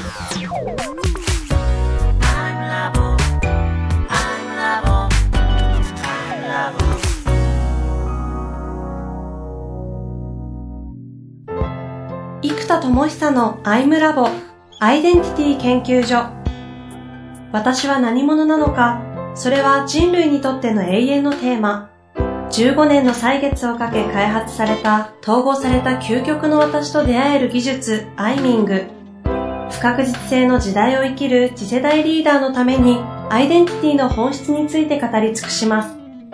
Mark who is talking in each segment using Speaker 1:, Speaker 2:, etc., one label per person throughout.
Speaker 1: 生田智久のアイムラボアイデンティティ研究所。私は何者なのか、それは人類にとっての永遠のテーマ。15年の歳月をかけ開発された統合された究極の私と出会える技術アイミング。不確実性の時代を生きる次世代リーダーのためにアイデンティティの本質について語り尽くします。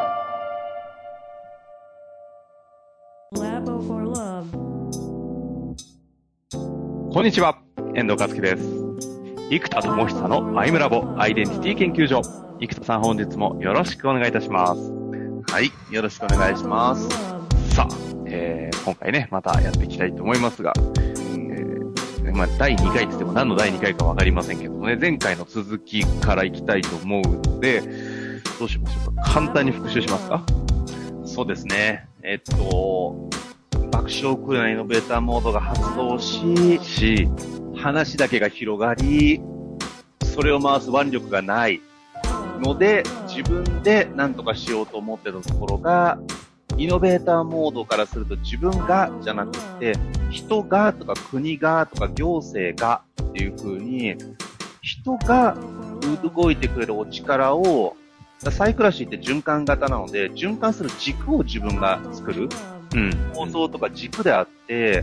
Speaker 2: こんにちは、遠藤和樹です。生田智久のアイムラボアイデンティティ研究所。生田さん、本日もよろしくお願いいたします。
Speaker 3: はい、よろしくお願いします。
Speaker 2: さあ、今回ね、またやっていきたいと思いますが、第2回って言っても何の第2回かわかりませんけどもね、前回の続きからいきたいと思うので、どうしましょうか。簡単に復習しますか。
Speaker 3: そうですね。爆笑クールなイノベーターモードが発動し、話だけが広がり、それを回す腕力がないので、自分で何とかしようと思ってたところが、イノベーターモードからすると自分がじゃなくて、人がとか国がとか行政がっていう風に、人が動いてくれるお力を、サイクラシーって循環型なので、循環する軸を自分が作る。構造とか軸であって、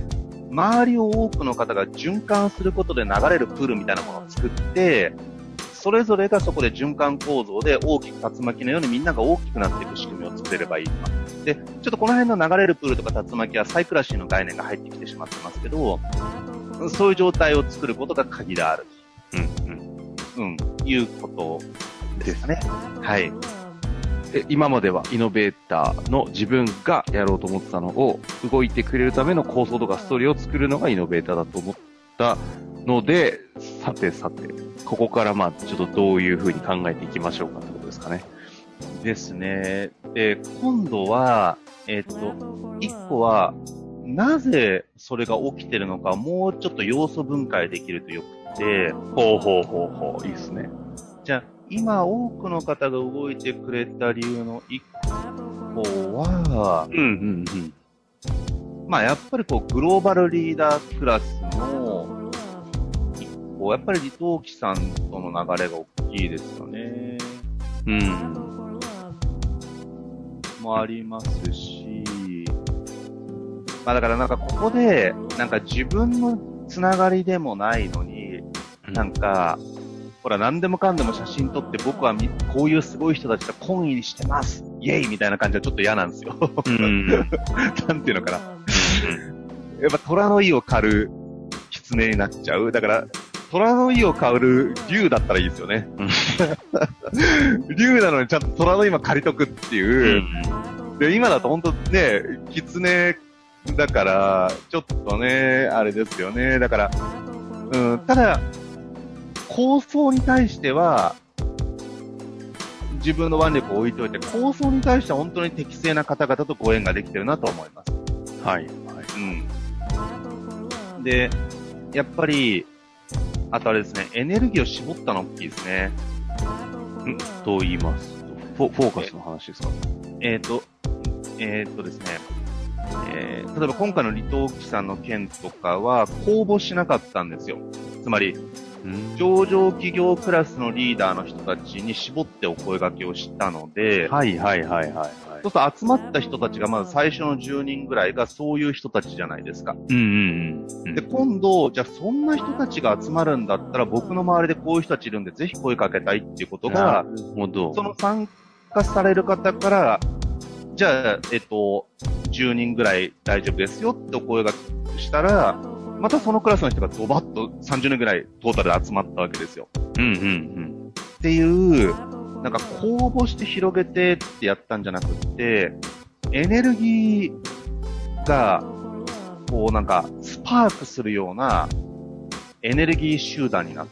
Speaker 3: 周りを多くの方が循環することで流れるプールみたいなものを作って、それぞれがそこで循環構造で大きく竜巻のようにみんなが大きくなっていく仕組みを作れればいいとか。で、ちょっとこの辺の流れるプールとか竜巻はサイクラシーの概念が入ってきてしまってますけど、そういう状態を作ることが鍵である。いうことですかね。はい。
Speaker 2: 今まではイノベーターの自分がやろうと思ってたのを動いてくれるための構想とかストーリーを作るのがイノベーターだと思ったので、さて、ここからちょっとどういう風に考えていきましょうかってことですかね。
Speaker 3: ですね。で、今度は、一個は、なぜそれが起きてるのか、もうちょっと要素分解できるとよくて、
Speaker 2: いいですね。
Speaker 3: じゃあ、今多くの方が動いてくれた理由の一個は、やっぱりグローバルリーダークラスの一個、やっぱり李登輝さんとの流れが大きいですよね。もありますし、だからここで、自分のつながりでもないのに、ほら、何でもかんでも写真撮って僕はこういうすごい人たちと懇意にしてますイェイみたいな感じはちょっと嫌なんですよ。なんていうのかな。やっぱ虎の意を狩る狐になっちゃう。だから、虎の意を狩る竜だったらいいですよね。竜なのにちゃんと虎の意も狩りとくっていう。で、今だと本当ね、狐だから、ちょっとね、あれですよね。だから、ただ、構想に対しては、自分の腕力を置いておいて、構想に対しては本当に適正な方々とご縁ができてるなと思います。
Speaker 2: はい。
Speaker 3: で、やっぱり、あとあれですね、エネルギーを絞ったの大きいですね。
Speaker 2: と言いますと、フォーカスの話ですか？
Speaker 3: ですね、例えば今回の李登輝さんの件とかは公募しなかったんですよ。つまり、上場企業クラスのリーダーの人たちに絞ってお声掛けをしたので、そうすると集まった人たちがまず最初の10人ぐらいがそういう人たちじゃないですか。で、今度、じゃあそんな人たちが集まるんだったら僕の周りでこういう人たちいるんでぜひ声かけたいっていうことが、その参加される方から、じゃあ、10人ぐらい大丈夫ですよってお声掛けしたら、またそのクラスの人がドバッと30人ぐらいトータルで集まったわけですよ。っていう、公募して広げてってやったんじゃなくって、エネルギーが、スパークするようなエネルギー集団になった。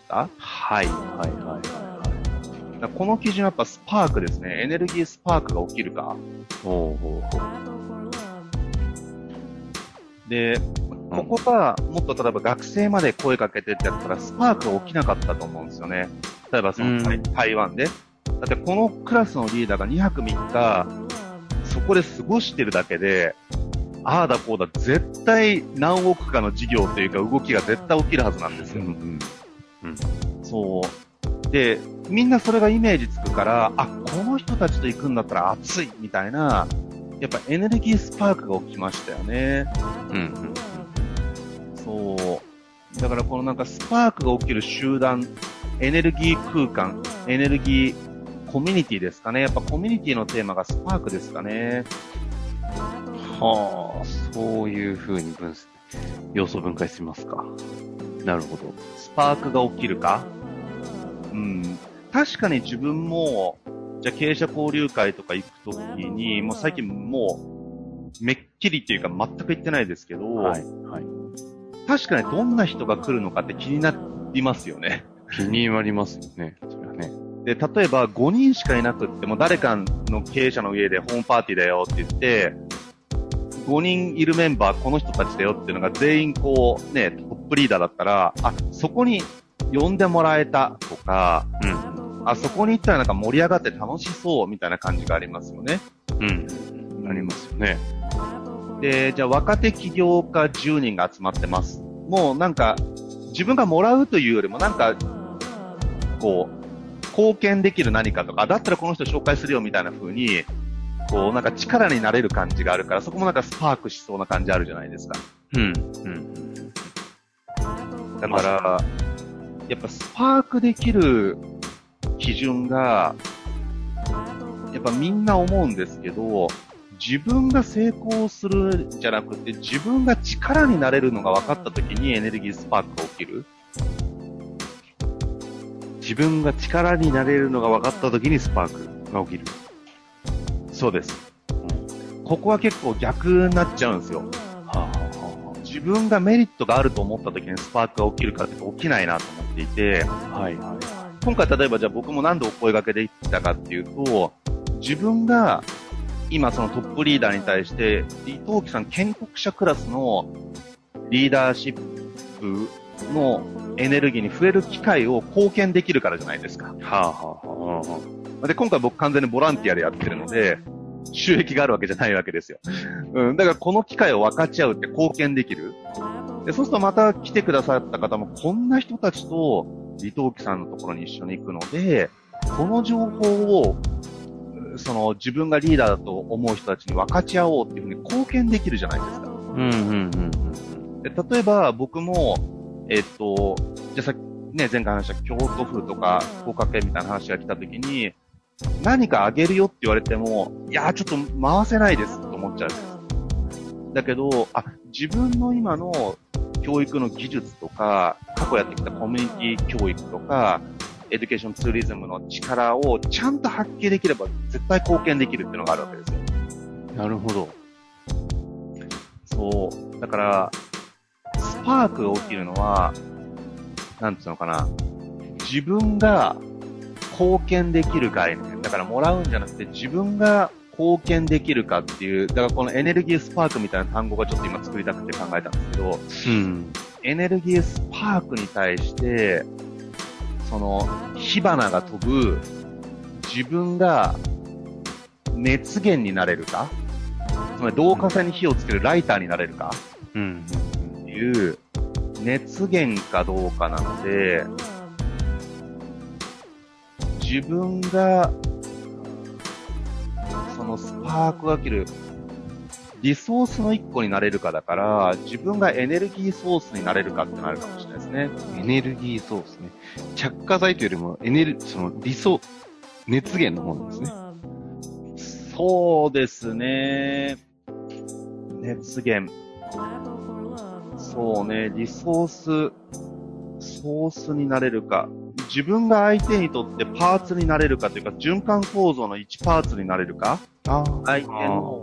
Speaker 3: この基準はやっぱスパークですね。エネルギースパークが起きるか。で、 ここがもっと例えば学生まで声かけてってやったらスパークが起きなかったと思うんですよね。例えばその台湾で。だってこのクラスのリーダーが2泊3日、そこで過ごしてるだけで、ああだこうだ、絶対何億かの事業というか動きが絶対起きるはずなんですよ。そう。で、みんなそれがイメージつくから、あ、この人たちと行くんだったら熱いみたいな、やっぱエネルギースパークが起きましたよね。そう。だからこのなんかスパークが起きる集団、エネルギー空間、エネルギーコミュニティですかね。やっぱコミュニティのテーマがスパークですかね。
Speaker 2: はあ、そういう風に要素分解しますか。なるほど。
Speaker 3: スパークが起きるか。確かに自分も、じゃあ経営者交流会とか行くときに、もう最近もう、めっきりっていうか全く行ってないですけど、確かにどんな人が来るのかって気になりますよね。
Speaker 2: 気になりますよね。それはね。
Speaker 3: で、例えば5人しかいなくっても誰かの経営者の家でホームパーティーだよって言って、5人いるメンバーこの人たちだよっていうのが全員こうね、トップリーダーだったら、あ、そこに呼んでもらえたとか、あそこに行ったらなんか盛り上がって楽しそうみたいな感じがありますよね。
Speaker 2: ありますよね。
Speaker 3: で、じゃあ若手起業家10人が集まってます。もうなんか、自分がもらうというよりもなんか、こう、貢献できる何かとか、だったらこの人紹介するよみたいな風に、こうなんか力になれる感じがあるから、そこもなんかスパークしそうな感じあるじゃないですか。だから、やっぱスパークできる基準が、やっぱみんな思うんですけど、自分が成功するんじゃなくて、自分が力になれるのが分かったときにエネルギースパークが起きる。
Speaker 2: 自分が力になれるのが分かったときにスパークが起きる。
Speaker 3: そうです。ここは結構逆になっちゃうんですよ。自分がメリットがあると思ったときにスパークが起きるかって起きないなと思っていて、今回例えばじゃあ僕も何でお声掛けできたかっていうと、自分が今そのトップリーダーに対して、伊藤木さん建国者クラスのリーダーシップのエネルギーに触れる機会を貢献できるからじゃないですか。で、今回僕完全にボランティアでやってるので、収益があるわけじゃないわけですよ。だからこの機会を分かち合うって貢献できる。で、そうするとまた来てくださった方もこんな人たちと伊藤木さんのところに一緒に行くので、この情報をその自分がリーダーだと思う人たちに分かち合おうっていうふうに貢献できるじゃないですか。で、例えば僕も、じゃあさっきね、前回話した京都府とか福岡県みたいな話が来た時に、何かあげるよって言われても、いやーちょっと回せないですと思っちゃうんです。だけど、自分の今の教育の技術とか、過去やってきたコミュニティ教育とか、エデュケーションツーリズムの力をちゃんと発揮できれば絶対貢献できるっていうのがあるわけですよ。
Speaker 2: なるほど。
Speaker 3: そう。だから、スパークが起きるのは、なんていうのかな。自分が貢献できる概念。だからもらうんじゃなくて自分が貢献できるかっていう、だからこのエネルギースパークみたいな単語がちょっと今作りたくて考えたんですけど、エネルギースパークに対して、その火花が飛ぶ自分が熱源になれるか、つまり導火線に火をつけるライターになれるか、っていう熱源かどうかなので、自分がそのスパークが起きるリソースの一個になれるかだから、自分がエネルギーソースになれるかってなるかもしれないですね。
Speaker 2: エネルギーソースね。着火剤というよりもその熱源の方なんですね。
Speaker 3: そうですね。熱源。そうね、リソースになれるか。自分が相手にとってパーツになれるかというか、循環構造の1パーツになれるか。相手の。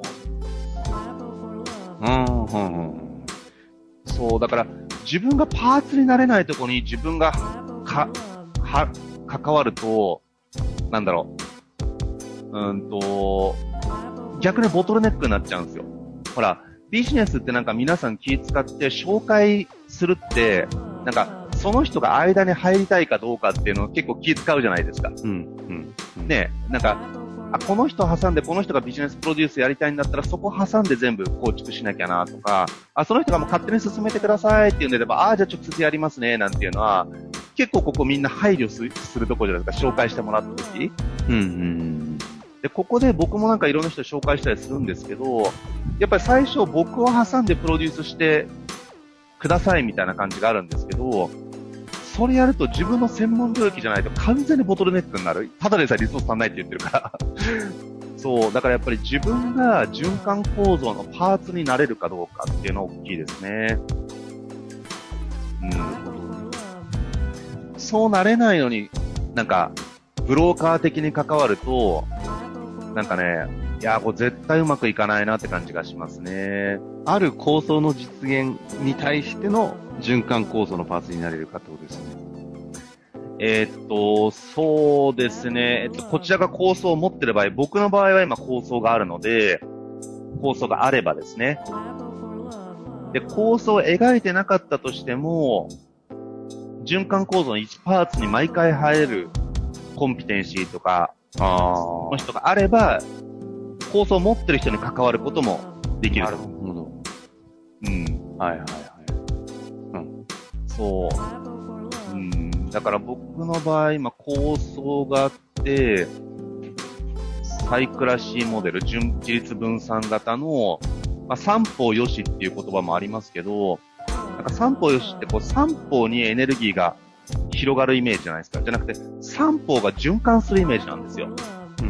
Speaker 3: そう、だから、自分がパーツになれないところに自分が関わると、なんだろう。逆にボトルネックになっちゃうんですよ。ほら、 ビジネスってなんか皆さん気使って紹介するって、なんかその人が間に入りたいかどうかっていうのを結構気使うじゃないですか。ね、なんか、この人挟んでこの人がビジネスプロデュースやりたいんだったらそこ挟んで全部構築しなきゃなとか、その人がもう勝手に進めてくださいっていうんであれば、じゃあ直接やりますねなんていうのは、結構ここみんな配慮するところじゃないですか、紹介してもらった時。で、ここで僕もなんかいろんな人紹介したりするんですけど、やっぱり最初僕を挟んでプロデュースしてくださいみたいな感じがあるんですけど、それやると自分の専門領域じゃないと完全にボトルネックになる。ただでさえリソース足んないって言ってるから。そう、だからやっぱり自分が循環構造のパーツになれるかどうかっていうのは大きいですね。そうなれないのに、なんか、ブローカー的に関わると、なんかね、いや、これ絶対うまくいかないなって感じがしますね。
Speaker 2: ある構想の実現に対しての循環構造のパーツになれるかってことですね。
Speaker 3: そうですね。こちらが構想を持ってる場合、僕の場合は今構想があるので、構想があればですね。で、構想を描いてなかったとしても、循環構造の1パーツに毎回入れるコンピテンシーとか、の人があれば、構想を持ってる人に関わることもできる。なるほど。そう。だから僕の場合、今構想があって、サイクラシーモデル、自立分散型の、三方よしっていう言葉もありますけど、なんか三方よしってこう三方にエネルギーが広がるイメージじゃないですか。じゃなくて、三方が循環するイメージなんですよ。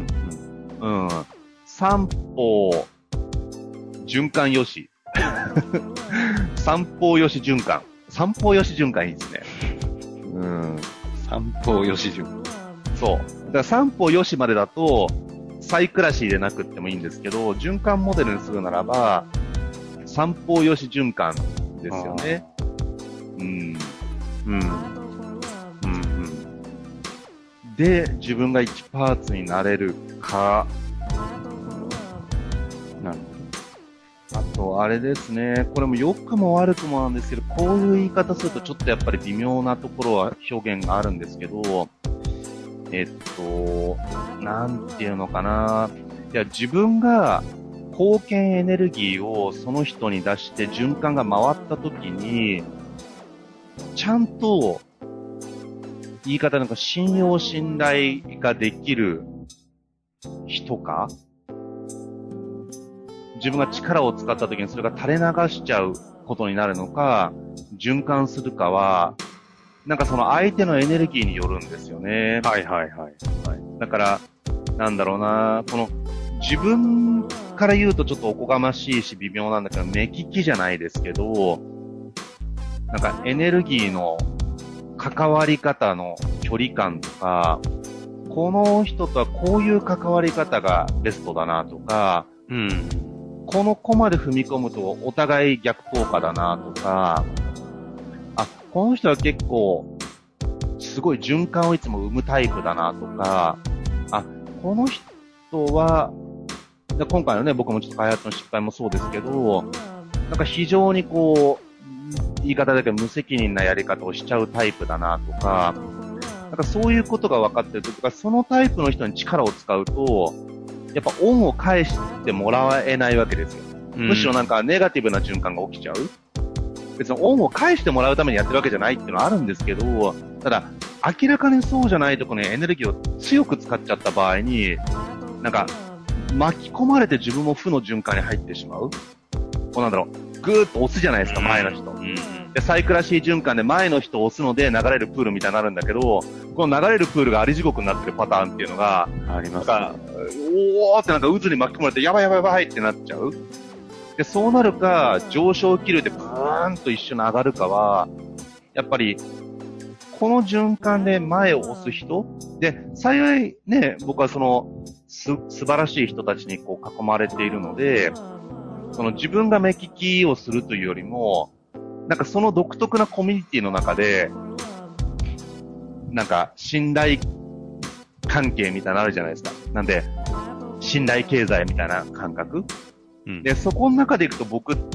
Speaker 3: 三方、循環よし。三方よし循環。三方よし循環いいですね。
Speaker 2: 三方よし循環。
Speaker 3: そう。だから三方よしまでだと、サイクラシーでなくってもいいんですけど、循環モデルにするならば、三方よし循環ですよね。で、自分が1パーツになれるか、なるほど。あと、あれですね、これも良くも悪くもなんですけど、こういう言い方するとちょっとやっぱり微妙なところは表現があるんですけど、なんていうのかな。いや、自分が貢献エネルギーをその人に出して循環が回った時に、ちゃんと、言い方なんか信用信頼ができる人か、自分が力を使った時にそれが垂れ流しちゃうことになるのか、循環するかは、なんかその相手のエネルギーによるんですよね。だから、なんだろうな、この自分から言うとちょっとおこがましいし微妙なんだけど、目利きじゃないですけど、なんかエネルギーの関わり方の距離感とか、この人とはこういう関わり方がベストだなとか、このコマで踏み込むとお互い逆効果だなとか、この人は結構すごい循環をいつも生むタイプだなとか、この人は、今回のね、僕もちょっと開発の失敗もそうですけど、なんか非常にこう、言い方だけ無責任なやり方をしちゃうタイプだなとか、なんかそういうことが分かってるとか、そのタイプの人に力を使うと、やっぱ恩を返してもらえないわけですよ。むしろなんかネガティブな循環が起きちゃう。別に恩を返してもらうためにやってるわけじゃないっていうのはあるんですけど、ただ明らかにそうじゃないところにエネルギーを強く使っちゃった場合に、なんか巻き込まれて自分も負の循環に入ってしまう。こうなんだろう、ぐーっと押すじゃないですか、前の人。で、サイクラシー循環で前の人を押すので流れるプールみたいになるんだけど、この流れるプールがあり地獄になってるパターンっていうのが、
Speaker 2: あります、
Speaker 3: ね。なんか、おーってなんか渦に巻き込まれて、やばいやばいやばいってなっちゃう。で、そうなるか、上昇気流でブーンと一緒に上がるかは、やっぱり、この循環で前を押す人で、幸いね、僕はその、素晴らしい人たちにこう囲まれているので、その自分が目利きをするというよりも、なんかその独特なコミュニティの中で、なんか信頼関係みたいなのあるじゃないですか。なんで、信頼経済みたいな感覚で、そこの中でいくと僕って、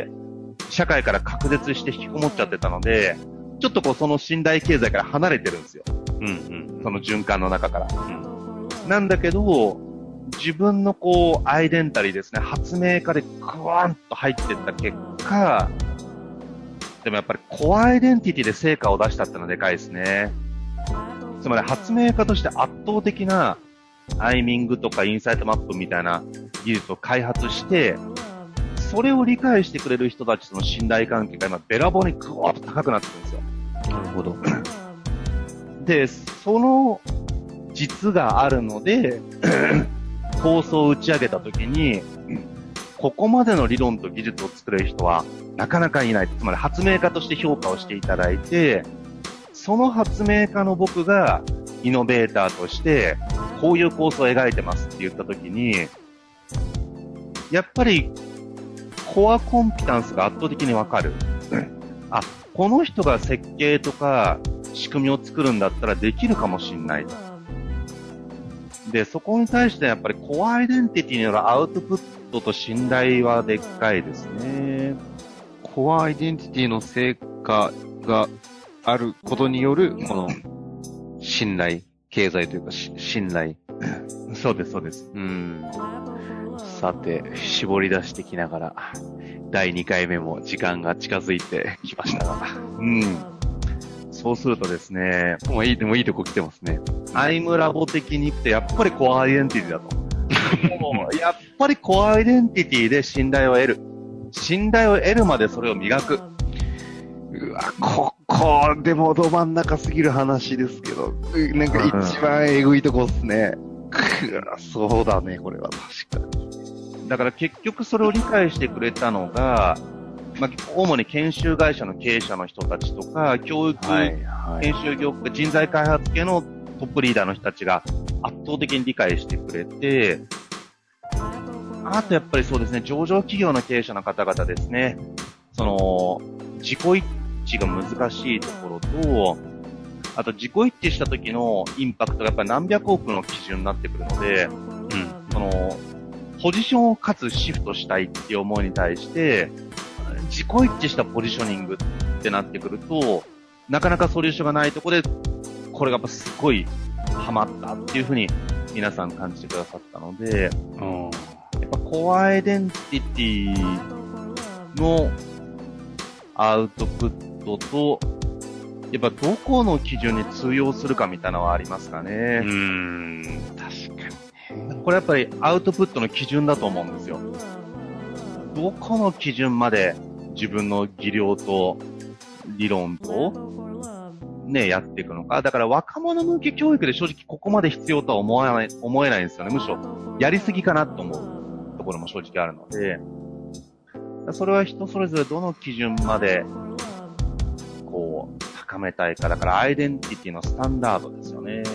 Speaker 3: 社会から隔絶して引きこもっちゃってたので、ちょっとこうその信頼経済から離れてるんですよ。その循環の中から。なんだけど、自分のこう、アイデンタリーですね、発明家でグワーンと入っていった結果、でもやっぱりコアアイデンティティで成果を出したってのはでかいですね。つまり発明家として圧倒的なアイミングとかインサイトマップみたいな技術を開発して、それを理解してくれる人たちとの信頼関係が今べらぼうにグワーッと高くなってるんですよ。
Speaker 2: なるほど。
Speaker 3: で、その実があるので、構想を打ち上げたときに、ここまでの理論と技術を作れる人はなかなかいない。つまり発明家として評価をしていただいて、その発明家の僕がイノベーターとしてこういう構想を描いてますって言ったときに、やっぱりコアコンピタンスが圧倒的にわかる。あ、この人が設計とか仕組みを作るんだったらできるかもしれない。で、そこに対してやっぱりコアアイデンティティによるアウトプットと信頼はでっかいですね。
Speaker 2: コアアイデンティティの成果があることによる、この信頼、経済というか信頼。
Speaker 3: そうです、そうです。
Speaker 2: さて、絞り出してきながら、第2回目も時間が近づいてきましたが。
Speaker 3: そうするとですね、
Speaker 2: もういいとこ来てますね。
Speaker 3: アイムラボ的に言ってやっぱりコアアイデンティティだと。やっぱりコアアイデンティティで信頼を得る。信頼を得るまでそれを磨く。
Speaker 2: うわ、ここでもど真ん中すぎる話ですけど、なんか一番えぐいとこっすね。そうだね、これは確かに。
Speaker 3: だから結局それを理解してくれたのが、主に研修会社の経営者の人たちとか、教育、研修業界、人材開発系のトップリーダーの人たちが圧倒的に理解してくれて、あとやっぱりそうですね、上場企業の経営者の方々ですね、その、自己一致が難しいところと、あと自己一致した時のインパクトがやっぱり何百億の基準になってくるので、その、ポジションをかつシフトしたいっていう思いに対して、自己一致したポジショニングってなってくると、なかなかソリューションがないところで、これがやっぱすごいハマったっていうふうに皆さん感じてくださったので、やっぱコアアイデンティティのアウトプットと、やっぱどこの基準に通用するかみたいなのはありますかね。
Speaker 2: 確かに。
Speaker 3: これやっぱりアウトプットの基準だと思うんですよ。どこの基準まで自分の技量と理論とね、やっていくのか。だから若者向け教育で正直ここまで必要とは思えないんですよね。むしろやりすぎかなと思うところも正直あるので、それは人それぞれどの基準までこう高めたいか。だからアイデンティティのスタンダードですよね。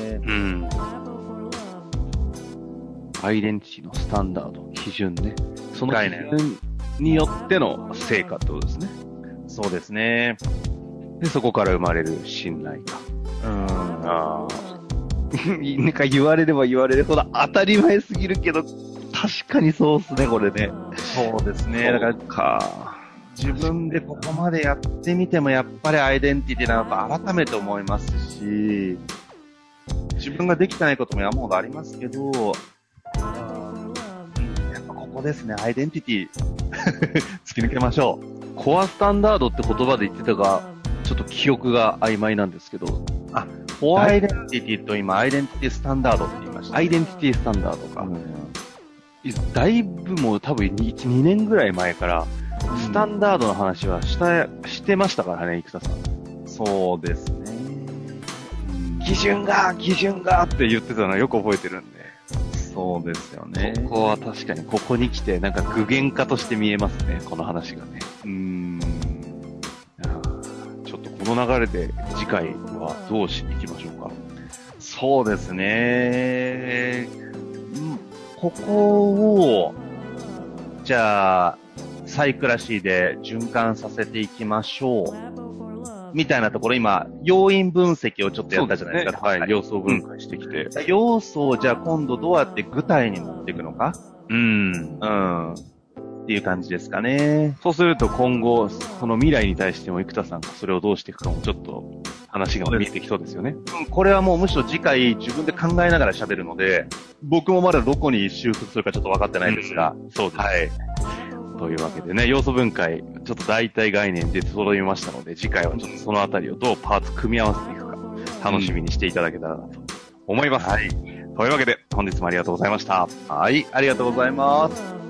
Speaker 2: アイデンティティのスタンダード、基準ね。その基準によっての成果ってことですね。
Speaker 3: そうですね。
Speaker 2: で、そこから生まれる信頼か。なんか言われれば言われるほど当たり前すぎるけど、確かにそうっすね、これね。
Speaker 3: そうですね。だから自分でここまでやってみてもやっぱりアイデンティティだなと改めて思いますし、自分ができてないことも山ほどありますけど、やっぱここですね、アイデンティティ突き抜けましょう。
Speaker 2: コアスタンダードって言葉で言ってたが、ちょっと記憶が曖昧なんですけど。
Speaker 3: コアアイデンティティと今、アイデンティティスタンダードって言いました。
Speaker 2: アイデンティティスタンダードか。だいぶもう多分2年ぐらい前から、スタンダードの話はしてましたからね、生田さん。
Speaker 3: そうですね。
Speaker 2: 基準がって言ってたのはよく覚えてるんで。
Speaker 3: そうですよね。
Speaker 2: ここは確かにここに来てなんか具現化として見えますね、この話がね。ちょっとこの流れで次回はどうしていきましょうか。
Speaker 3: そうですね。ここを、じゃあ、サイクラシーで循環させていきましょう。みたいなところ、今、要因分析をちょっとやったじゃないですか。
Speaker 2: はい、要素分解してきて。
Speaker 3: 要素をじゃあ今度どうやって具体に持っていくのか。 っていう感じですかね。
Speaker 2: そうすると今後、その未来に対しても生田さんがそれをどうしていくかもちょっと話が見えてきそうですよね。
Speaker 3: これはもうむしろ次回自分で考えながら喋るので、僕もまだどこに修復するかちょっと分かってないんですが、
Speaker 2: そうです。
Speaker 3: はい。
Speaker 2: というわけでね、要素分解、ちょっと大体概念で揃いましたので、次回はちょっとそのあたりをどうパーツ組み合わせていくか、楽しみにしていただけたらなと思います。
Speaker 3: はい。
Speaker 2: というわけで、本日もありがとうございました。
Speaker 3: はい、ありがとうございます。